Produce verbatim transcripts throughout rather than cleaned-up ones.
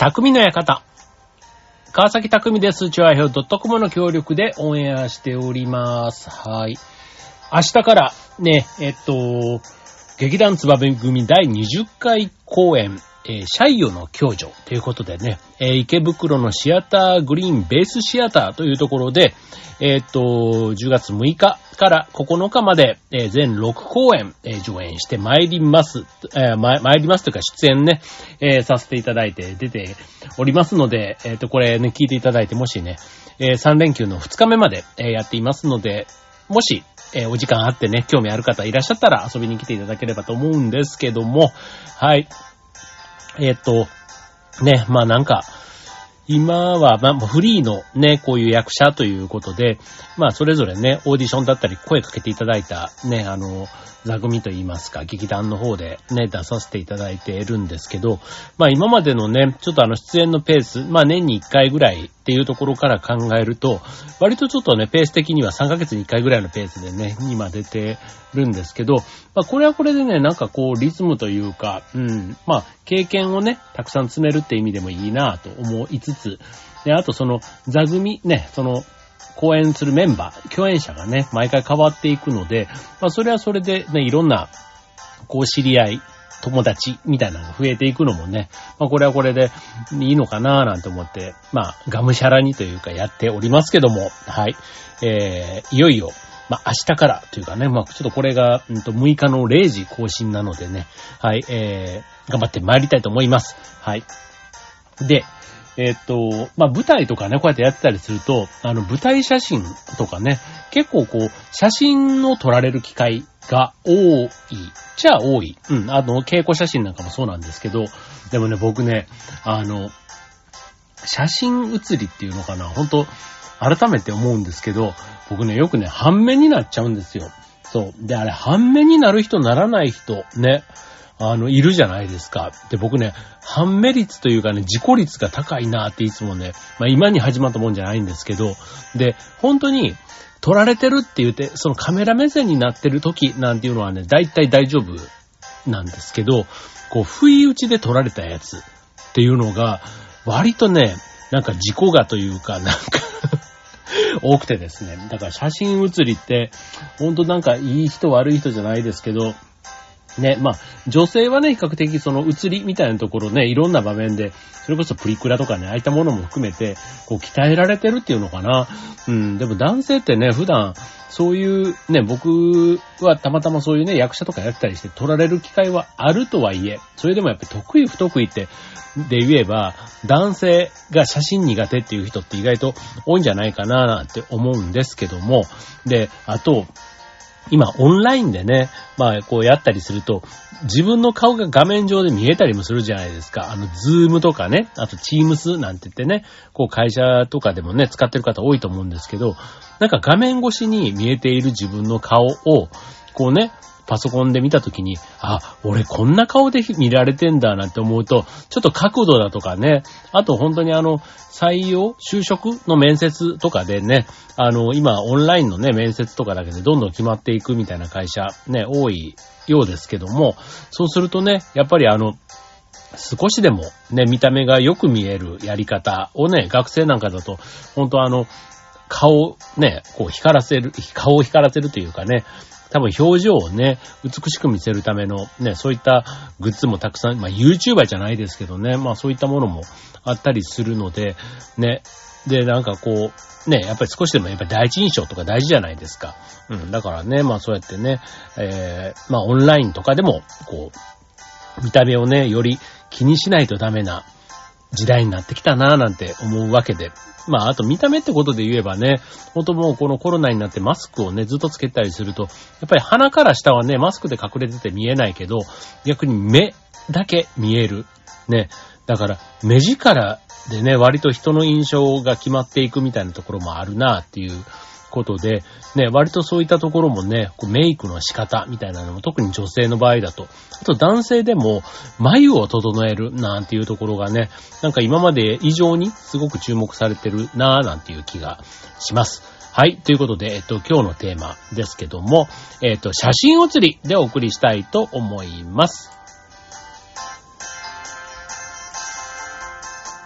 匠の館。川崎匠です。チュアヘオ .com の協力でオンエアしております。はい。明日からね、えっと、劇団つばめ組だいにじゅっかい公演、えー、シャイヨの共助ということでね、えー、池袋のシアターグリーンベースシアターというところで、えー、っと、じゅうがつむいかからここのかまで、えー、全ろくこうえん、えー、上演してまいります。えー、ま、参りますというか出演ね、えー、させていただいて出ておりますので、えー、っと、これね、聞いていただいてもしね、えー、さんれんきゅうのふつかめまで、えー、やっていますので、もし、えー、お時間あってね、興味ある方いらっしゃったら遊びに来ていただければと思うんですけども、はい。えー、っと、ね、まあなんか、今は、まあ、フリーのね、こういう役者ということで、まあ、それぞれね、オーディションだったり、声かけていただいた、ね、あの、座組といいますか、劇団の方でね、出させていただいているんですけど、まあ、今までのね、ちょっとあの、出演のペース、まあ、年にいっかいぐらいっていうところから考えると、割とちょっとね、ペース的にはさんかげつにいっかいぐらいのペースでね、今出てるんですけど、まあ、これはこれでね、なんかこう、リズムというか、うん、まあ、経験をね、たくさん積めるって意味でもいいなと思いつつ、で、あとその、座組ね、その、公演するメンバー、共演者がね、毎回変わっていくので、まあ、それはそれでね、いろんな、こう、知り合い、友達みたいなのが増えていくのもね、まあ、これはこれでいいのかななんて思って、まあ、がむしゃらにというかやっておりますけども、はい。えー、いよいよ、まあ、明日からというかね、まあ、ちょっとこれが、うんと、むいかのれいじ更新なのでね、はい、えー、頑張って参りたいと思います。はい。で、えー、っと、まあ、舞台とかね、こうやってやってたりすると、あの、舞台写真とかね、結構こう、写真を撮られる機会が多い。じゃあ多い。うん、あの、稽古写真なんかもそうなんですけど、でもね、僕ね、あの、写真写りっていうのかな、本当改めて思うんですけど、僕ね、よくね、半目になっちゃうんですよ。そう。で、あれ、半目になる人、ならない人、ね、あの、いるじゃないですか。で、僕ね、半目率というかね、自己率が高いなっていつもね、まあ今に始まったもんじゃないんですけど、で、本当に、撮られてるって言って、そのカメラ目線になってる時なんていうのはね、大体大丈夫なんですけど、こう、不意打ちで撮られたやつっていうのが、割とね、なんか事故がというか、なんか多くてですね。だから写真写りって、ほんとなんかいい人悪い人じゃないですけど、ね、まあ、女性はね、比較的その写りみたいなところね、いろんな場面で、それこそプリクラとかね、ああいったものも含めて、こう、鍛えられてるっていうのかな。うん、でも男性ってね、普段、そういう、ね、僕はたまたまそういうね、役者とかやったりして撮られる機会はあるとはいえ、それでもやっぱり得意不得意って、で言えば、男性が写真苦手っていう人って意外と多いんじゃないかななんて思うんですけども、で、あと、今オンラインでね、まあこうやったりすると、自分の顔が画面上で見えたりもするじゃないですか。あの、ズームとかね、あとチームスなんて言ってね、こう会社とかでもね、使ってる方多いと思うんですけど、なんか画面越しに見えている自分の顔を、こうね、パソコンで見たときに、あ、俺こんな顔で見られてんだなんて思うと、ちょっと角度だとかね、あと本当にあの、採用、就職の面接とかでね、あの、今オンラインのね、面接とかだけでどんどん決まっていくみたいな会社、ね、多いようですけども、そうするとね、やっぱりあの、少しでもね、見た目がよく見えるやり方をね、学生なんかだと、本当あの、顔ね、こう光らせる、顔を光らせるというかね、多分表情をね、美しく見せるためのね、そういったグッズもたくさん、まあ YouTuber じゃないですけどね、まあそういったものもあったりするので、ね、で、なんかこう、ね、やっぱり少しでもやっぱり第一印象とか大事じゃないですか。うん、だからね、まあそうやってね、えー、まあオンラインとかでも、こう、見た目をね、より気にしないとダメな時代になってきたなぁなんて思うわけで、まあ、あと見た目ってことで言えばね、ほんともうこのコロナになってマスクをね、ずっとつけたりすると、やっぱり鼻から下はね、マスクで隠れてて見えないけど、逆に目だけ見える。ね。だから、目力でね、割と人の印象が決まっていくみたいなところもあるなっていうことで、ね、割とそういったところもね、こうメイクの仕方みたいなのも特に女性の場合だと、あと男性でも眉を整えるなんていうところがね、なんか今まで以上にすごく注目されてるなぁなんていう気がします。はい。ということで、えっと、今日のテーマですけども、えっと、写真写りでお送りしたいと思います。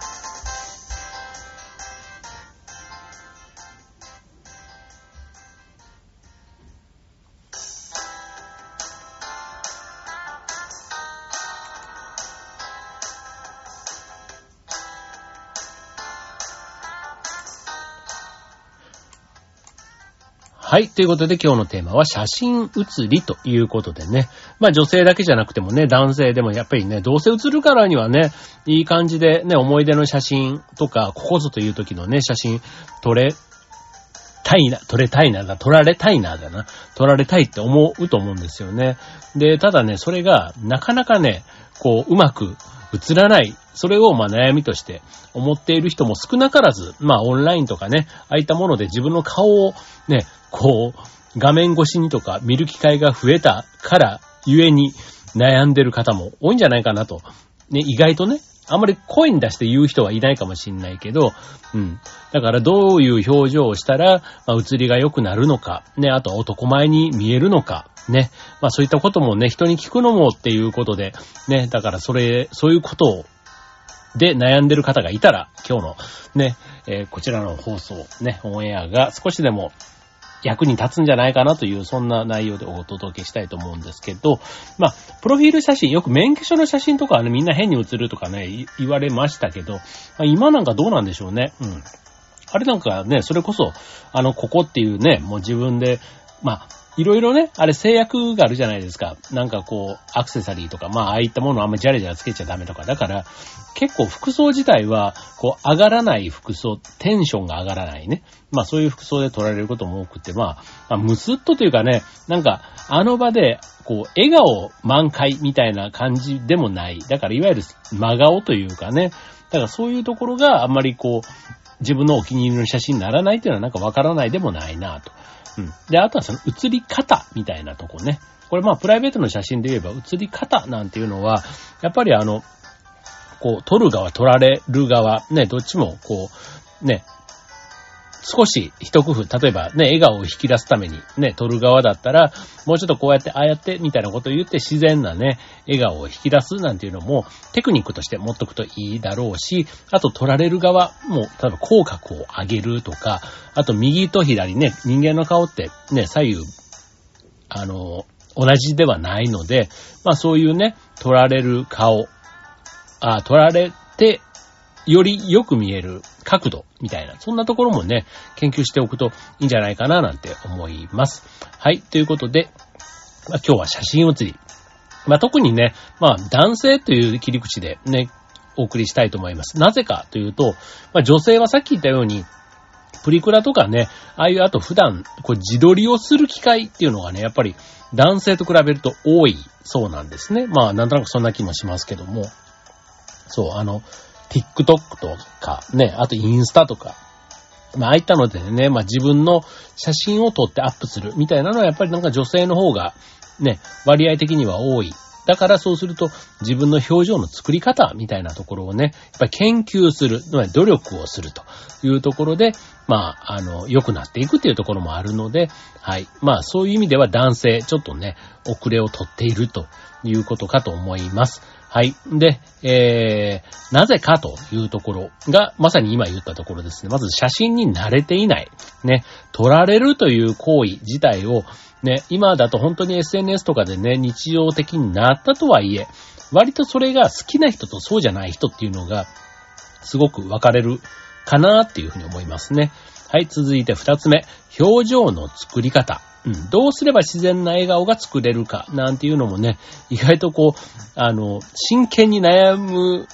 はい。ということで今日のテーマは写真写りということでね。まあ女性だけじゃなくてもね、男性でもやっぱりね、どうせ写るからにはね、いい感じでね、思い出の写真とか、ここぞという時のね、写真撮れたいな、撮れたいなだ、撮られたいなだな。撮られたいって思うと思うんですよね。で、ただね、それがなかなかね、こう、うまく映らない。それをまあ悩みとして思っている人も少なからず、まあオンラインとかね、ああいったもので自分の顔をね、こう、画面越しにとか見る機会が増えたからゆえに悩んでる方も多いんじゃないかなと。ね、意外とね、あんまり声に出して言う人はいないかもしれないけど、うん。だからどういう表情をしたら、まあ、映りが良くなるのか、ね、あと男前に見えるのか、ね。まあそういったこともね、人に聞くのもっていうことで、ね、だからそれ、そういうことを、で悩んでる方がいたら、今日のね、えー、こちらの放送、ね、オンエアが少しでも役に立つんじゃないかなという、そんな内容でお届けしたいと思うんですけど、まあ、プロフィール写真、よく免許証の写真とかはね、みんな変に写るとかね、言われましたけど、まあ、今なんかどうなんでしょうね。うん。あれなんかね、それこそ、あの、ここっていうね、もう自分で、まあ、いろいろね、あれ制約があるじゃないですか。なんかこう、アクセサリーとか、まあ、ああいったものをあんまりジャレジャレつけちゃダメとか。だから、結構服装自体は、こう、上がらない服装、テンションが上がらないね。まあ、そういう服装で撮られることも多くて、まあ、まあ、ムスッとというかね、なんか、あの場で、こう、笑顔満開みたいな感じでもない。だから、いわゆる真顔というかね。だから、そういうところがあんまりこう、自分のお気に入りの写真にならないっていうのはなんかわからないでもないなと。うん。で、あとはその写り方みたいなとこね。これまあプライベートの写真で言えば写り方なんていうのは、やっぱりあの、こう、撮る側、撮られる側、ね、どっちもこう、ね、少し一工夫、例えばね、笑顔を引き出すためにね、撮る側だったら、もうちょっとこうやって、ああやって、みたいなことを言って自然なね、笑顔を引き出すなんていうのもテクニックとして持っとくといいだろうし、あと撮られる側も、例えば口角を上げるとか、あと右と左ね、人間の顔ってね、左右、あの、同じではないので、まあそういうね、撮られる顔、あ、撮られて、よりよく見える角度みたいな、そんなところもね、研究しておくといいんじゃないかななんて思います。はい、ということで、まあ、今日は写真写り。まあ、特にね、まあ、男性という切り口でね、お送りしたいと思います。なぜかというと、まあ、女性はさっき言ったように、プリクラとかね、ああいうあと普段、こう自撮りをする機会っていうのがね、やっぱり男性と比べると多いそうなんですね。まあ、なんとなくそんな気もしますけども。そう、あの、TikTok とかね、あとインスタとか、まあ、ああいったのでね、まあ自分の写真を撮ってアップするみたいなのはやっぱりなんか女性の方がね、割合的には多い。だからそうすると自分の表情の作り方みたいなところをね、やっぱり研究する、つまり努力をするというところで、まあ、あの、良くなっていくっていうところもあるので、はい。まあそういう意味では男性、ちょっとね、遅れを取っているということかと思います。はい。で、えー、なぜかというところが、まさに今言ったところですね。まず写真に慣れていない。ね。撮られるという行為自体を、ね、今だと本当に エスエヌエス とかでね、日常的になったとはいえ、割とそれが好きな人とそうじゃない人っていうのが、すごく分かれるかなっていうふうに思いますね。はい、続いて二つ目。表情の作り方。うん、どうすれば自然な笑顔が作れるか、なんていうのもね、意外とこう、あの、真剣に悩む、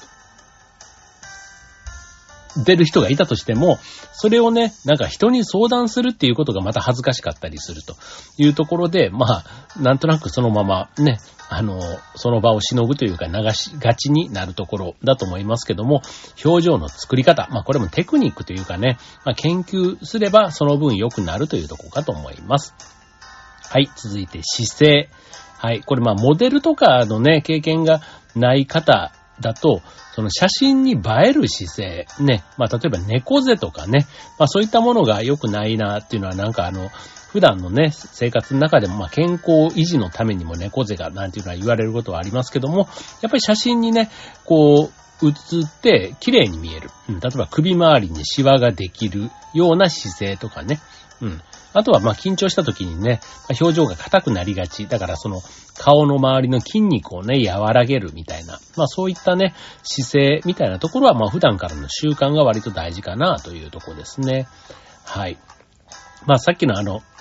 出る人がいたとしても、それをね、なんか人に相談するっていうことがまた恥ずかしかったりするというところで、まあ、なんとなくそのままね、あの、その場をしのぐというか流しがちになるところだと思いますけども、表情の作り方、まあこれもテクニックというかね、まあ研究すればその分良くなるというところかと思います。はい、続いて姿勢。はい、これまあモデルとかのね、経験がない方だと、その写真に映える姿勢、ね、まあ例えば猫背とかね、まあそういったものが良くないなっていうのはなんかあの、普段のね、生活の中でもまあ健康維持のためにも猫背がなんていうのは言われることはありますけども、やっぱり写真にね、こう、写って綺麗に見える。うん、例えば首周りにシワができるような姿勢とかね、うん。あとは、ま、緊張した時にね、表情が硬くなりがち。だから、その、顔の周りの筋肉をね、和らげるみたいな。まあ、そういったね、姿勢みたいなところは、まあ、普段からの習慣が割と大事かなというところですね。はい。まあ、さっきのあの、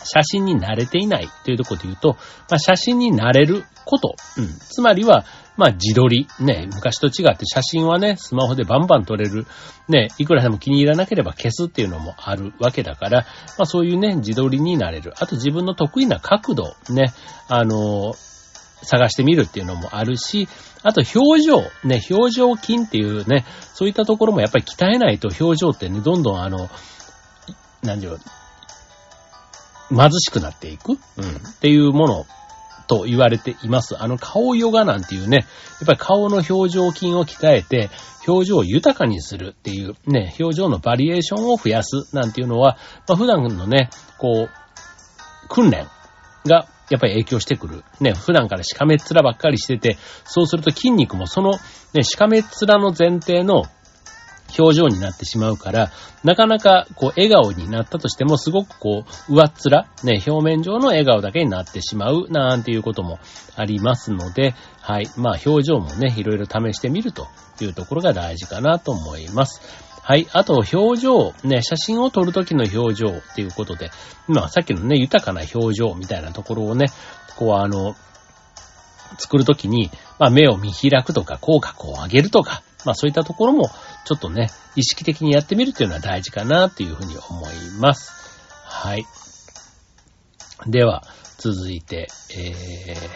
写真に慣れていないというところで言うと、まあ、写真に慣れること、うん、つまりは、まあ、自撮り、ね、昔と違って写真はね、スマホでバンバン撮れる、ね、いくらでも気に入らなければ消すっていうのもあるわけだから、まあ、そういうね、自撮りになれる。あと自分の得意な角度、ね、あのー、探してみるっていうのもあるし、あと表情、ね、表情筋っていうね、そういったところもやっぱり鍛えないと表情ってね、どんどんあの、何て言う貧しくなっていく、うん、っていうものと言われています。あの顔ヨガなんていうね、やっぱり顔の表情筋を鍛えて、表情を豊かにするっていうね、表情のバリエーションを増やすなんていうのは、まあ、普段のね、こう、訓練がやっぱり影響してくる。ね、普段からしかめっ面ばっかりしてて、そうすると筋肉もその、ね、しかめっ面の前提の表情になってしまうから、なかなかこう笑顔になったとしてもすごくこう上っ面、ね、表面上の笑顔だけになってしまうなんていうこともありますので、はい、まあ表情もね、いろいろ試してみるというところが大事かなと思います。はい。あと、表情、ね、写真を撮るときの表情っていうことで、まあ、さっきのね、豊かな表情みたいなところをね、こう、あの、作るときに、まあ、目を見開くとか、口角を上げるとか、まあ、そういったところも、ちょっとね、意識的にやってみるっていうのは大事かなっていうふうに思います。はい。では、続いて、えー、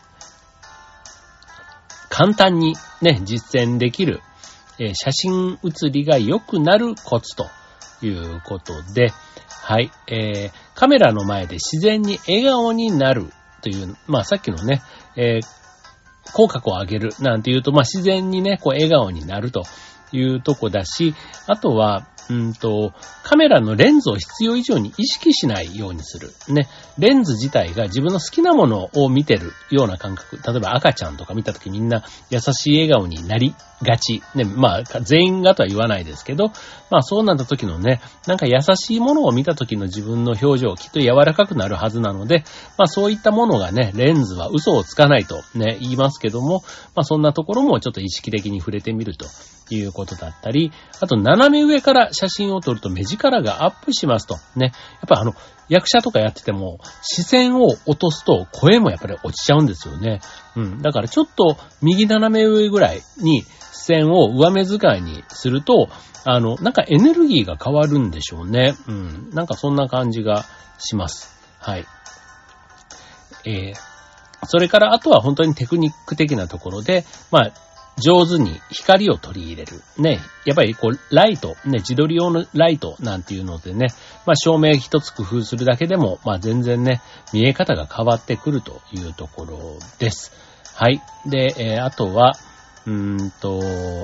簡単にね、実践できる、えー、写真写りが良くなるコツということで、はい、えー、カメラの前で自然に笑顔になるという、まあさっきのね、えー、口角を上げるなんていうと、まあ自然にね、こう笑顔になるというとこだし、あとは、うんと、カメラのレンズを必要以上に意識しないようにする。ね。レンズ自体が自分の好きなものを見てるような感覚。例えば赤ちゃんとか見たときみんな優しい笑顔になりがち。ね。まあ、全員がとは言わないですけど、まあそうなった時のね、なんか優しいものを見た時の自分の表情、きっと柔らかくなるはずなので、まあそういったものがね、レンズは嘘をつかないとね、言いますけども、まあそんなところもちょっと意識的に触れてみるということだったり、あと斜め上から写真を撮ると目力がアップしますと。ね。やっぱりあの、役者とかやってても、視線を落とすと声もやっぱり落ちちゃうんですよね。うん。だからちょっと右斜め上ぐらいに視線を上目遣いにすると、あの、なんかエネルギーが変わるんでしょうね。うん。なんかそんな感じがします。はい。えー、それからあとは本当にテクニック的なところで、まあ、上手に光を取り入れる。ね。やっぱりこう、ライト、ね、自撮り用のライトなんていうのでね、まあ照明一つ工夫するだけでも、まあ全然ね、見え方が変わってくるというところです。はい。で、えー、あとは、うーんと、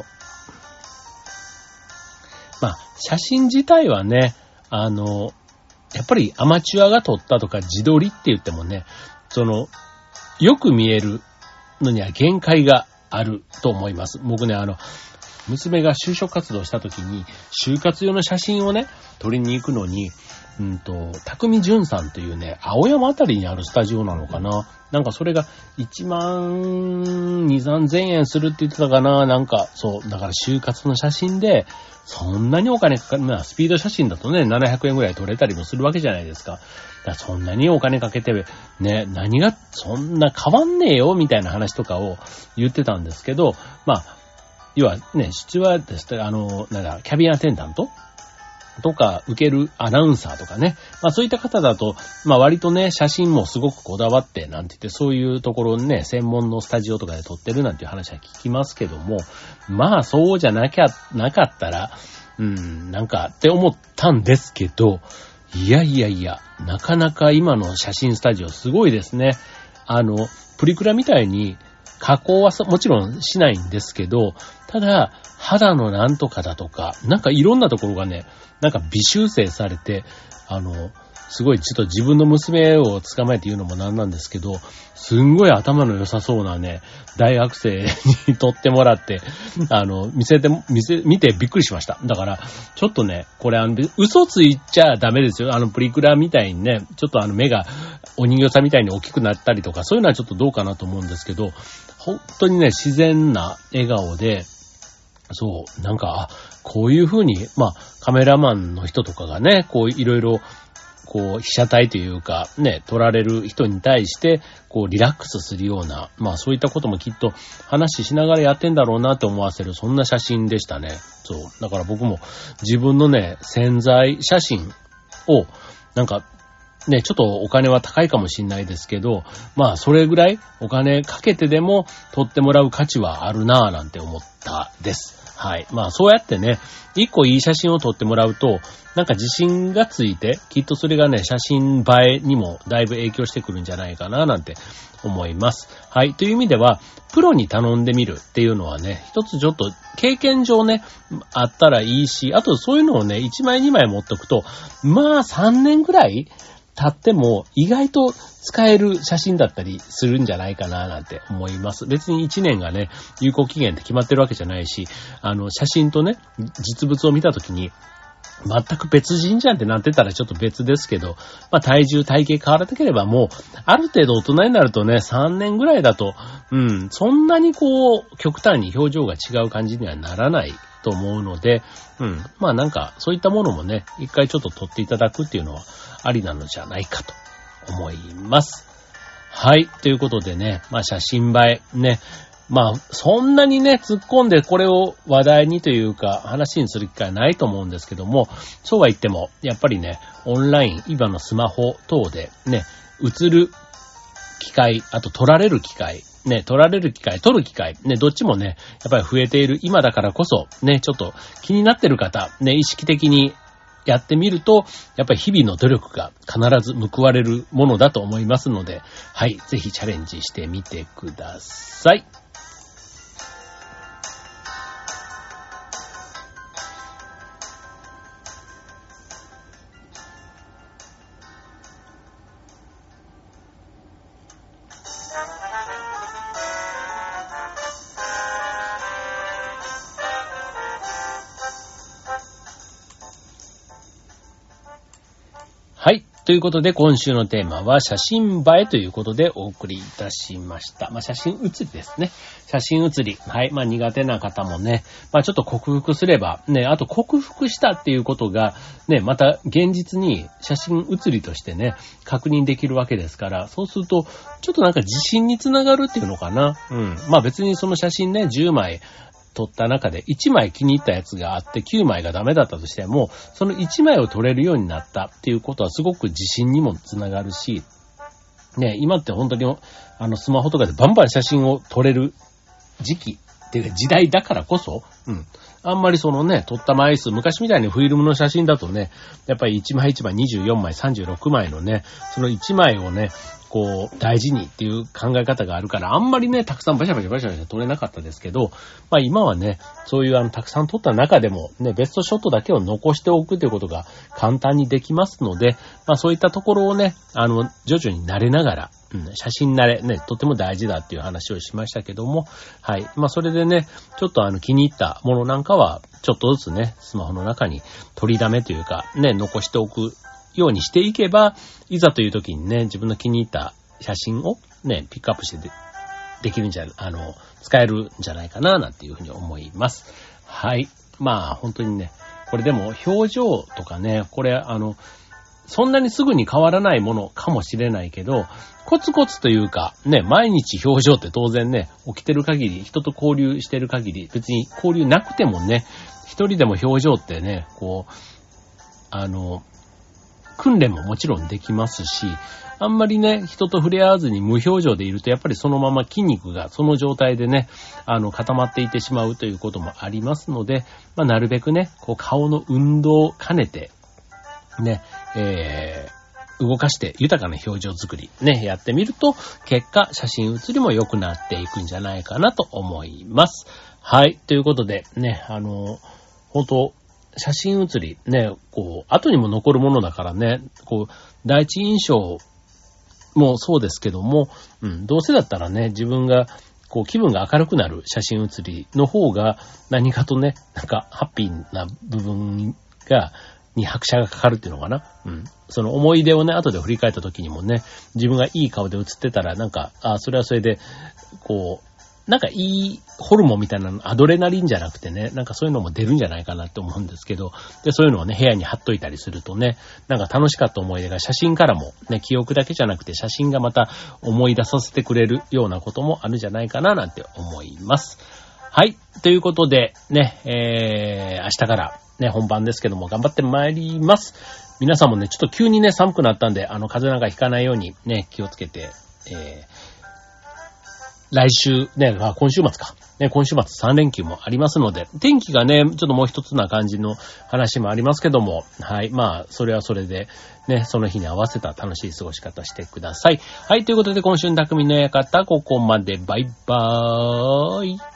まあ写真自体はね、あの、やっぱりアマチュアが撮ったとか自撮りって言ってもね、その、よく見えるのには限界があると思います。僕ね、あの、娘が就職活動した時に、就活用の写真をね、撮りに行くのに、うんと、匠淳さんというね、青山あたりにあるスタジオなのかな。なんかそれがいちまんに、さんぜんえんするって言ってたかな。なんか、そう、だから就活の写真で、そんなにお金かかる、まあ、スピード写真だとね、ななひゃくえんぐらい撮れたりもするわけじゃないですか。だからそんなにお金かけて、ね、何が、そんな変わんねえよ、みたいな話とかを言ってたんですけど、まあ、要はね、父親ですと、あの、なんだ、キャビンアテンダントとか、受けるアナウンサーとかね。まあそういった方だと、まあ割とね、写真もすごくこだわって、なんて言って、そういうところね、専門のスタジオとかで撮ってるなんていう話は聞きますけども、まあそうじゃなきゃ、なかったら、うん、なんかって思ったんですけど、いやいやいや、なかなか今の写真スタジオすごいですね。あの、プリクラみたいに、加工はもちろんしないんですけど、ただ、肌のなんとかだとか、なんかいろんなところがね、なんか微修正されて、あの、すごいちょっと自分の娘を捕まえて言うのもなんなんですけど、すんごい頭の良さそうなね、大学生に撮ってもらって、あの、見せて、見せ、見てびっくりしました。だから、ちょっとね、これあの、嘘ついちゃダメですよ。あの、プリクラみたいにね、ちょっとあの目がお人形さんみたいに大きくなったりとか、そういうのはちょっとどうかなと思うんですけど、本当にね、自然な笑顔で、そう、なんか、こういう風に、まあ、カメラマンの人とかがね、こういろいろ、 こう、被写体というか、ね、撮られる人に対して、こう、リラックスするような、まあそういったこともきっと話しながらやってんだろうなって思わせる、そんな写真でしたね。そう。だから僕も自分のね、潜在写真を、なんか、ね、ちょっとお金は高いかもしれないですけど、まあそれぐらいお金かけてでも撮ってもらう価値はあるなぁなんて思ったです。はい。まあそうやってね、一個いい写真を撮ってもらうと、なんか自信がついて、きっとそれがね、写真映えにもだいぶ影響してくるんじゃないかななんて思います。はい。という意味では、プロに頼んでみるっていうのはね、一つちょっと経験上ね、あったらいいし、あとそういうのをね、いちまいにまい持っとくと、まあさんねんぐらい経っても意外と使える写真だったりするんじゃないかななんて思います。別にいちねんがね、有効期限って決まってるわけじゃないし、あの、写真とね、実物を見たときに、全く別人じゃんってなってたらちょっと別ですけど、まあ体重、体型変わらなければもう、ある程度大人になるとね、さんねんぐらいだと、うん、そんなにこう、極端に表情が違う感じにはならないと思うので、うん、まあなんか、そういったものもね、一回ちょっと撮っていただくっていうのは、ありなのじゃないかと思います。はい。ということでね、まあ写真映え、ね。まあ、そんなにね、突っ込んでこれを話題にというか、話にする機会はないと思うんですけども、そうは言っても、やっぱりね、オンライン、今のスマホ等でね、映る機会、あと撮られる機会、ね、撮られる機会、撮る機会、ね、どっちもね、やっぱり増えている今だからこそ、ね、ちょっと気になってる方、ね、意識的にやってみると、やっぱり日々の努力が必ず報われるものだと思いますので、はい、ぜひチャレンジしてみてください。はい。ということで、今週のテーマは写真映えということでお送りいたしました。まあ、写真写りですね。写真写り。はい。まあ、苦手な方もね、まあ、ちょっと克服すれば、ね、あと克服したっていうことが、ね、また現実に写真写りとしてね、確認できるわけですから、そうすると、ちょっとなんか自信につながるっていうのかな。うん。まあ、別にその写真ね、じゅうまい、撮った中でいちまい気に入ったやつがあってきゅうまいがダメだったとしても、そのいちまいを撮れるようになったっていうことはすごく自信にもつながるし、ね、今って本当にあのスマホとかでバンバン写真を撮れる時期っていうか時代だからこそ、うん。あんまりそのね、撮った枚数、昔みたいにフィルムの写真だとね、やっぱりいちまいいちまいにじゅうよんまい、さんじゅうろくまいのね、そのいちまいをね、こう、大事にっていう考え方があるから、あんまりね、たくさんバシャバシャバシャバシャ撮れなかったですけど、まあ今はね、そういうあの、たくさん撮った中でも、ね、ベストショットだけを残しておくということが簡単にできますので、まあそういったところをね、あの、徐々に慣れながら、うん、写真慣れ、ね、とても大事だっていう話をしましたけども、はい。まあそれでね、ちょっとあの、気に入ったものなんかは、ちょっとずつね、スマホの中に取りだめというか、ね、残しておくようにしていけば、いざという時にね、自分の気に入った写真をね、ピックアップしてで、できるんじゃ、あの、使えるんじゃないかな、なんていうふうに思います。はい。まあ、本当にね、これでも表情とかね、これ、あの、そんなにすぐに変わらないものかもしれないけど、コツコツというか、ね、毎日表情って当然ね、起きてる限り、人と交流してる限り、別に交流なくてもね、一人でも表情ってね、こう、あの、訓練ももちろんできますし、あんまりね、人と触れ合わずに無表情でいると、やっぱりそのまま筋肉がその状態でね、あの、固まっていってしまうということもありますので、まあ、なるべくね、こう、顔の運動を兼ねて、ね、えー、動かして豊かな表情作り、ね、やってみると、結果、写真写りも良くなっていくんじゃないかなと思います。はい、ということで、ね、あの、本当写真写り、ね、こう、後にも残るものだからね、こう、第一印象もそうですけども、うん、どうせだったらね、自分が、こう、気分が明るくなる写真写りの方が、何かとね、なんか、ハッピーな部分が、に拍車がかかるっていうのかな。うん。その思い出をね、後で振り返った時にもね、自分がいい顔で写ってたら、なんか、あ、それはそれで、こう、 なんかいいホルモンみたいなの、アドレナリンじゃなくてね、なんかそういうのも出るんじゃないかなって思うんですけど、で、そういうのをね、部屋に貼っといたりするとね、なんか楽しかった思い出が写真からも、ね、記憶だけじゃなくて写真がまた思い出させてくれるようなこともあるんじゃないかななんて思います。はい。ということで、ね、えー、明日からね、本番ですけども頑張って参ります。皆さんもね、ちょっと急にね、寒くなったんで、あの、風邪なんかひかないようにね、気をつけて、えー、来週、ね、あ、今週末か。ね、今週末さん連休もありますので、天気がね、ちょっともう一つな感じの話もありますけども、はい、まあ、それはそれで、ね、その日に合わせた楽しい過ごし方してください。はい、ということで今週の匠の館、ここまで、バイバーイ。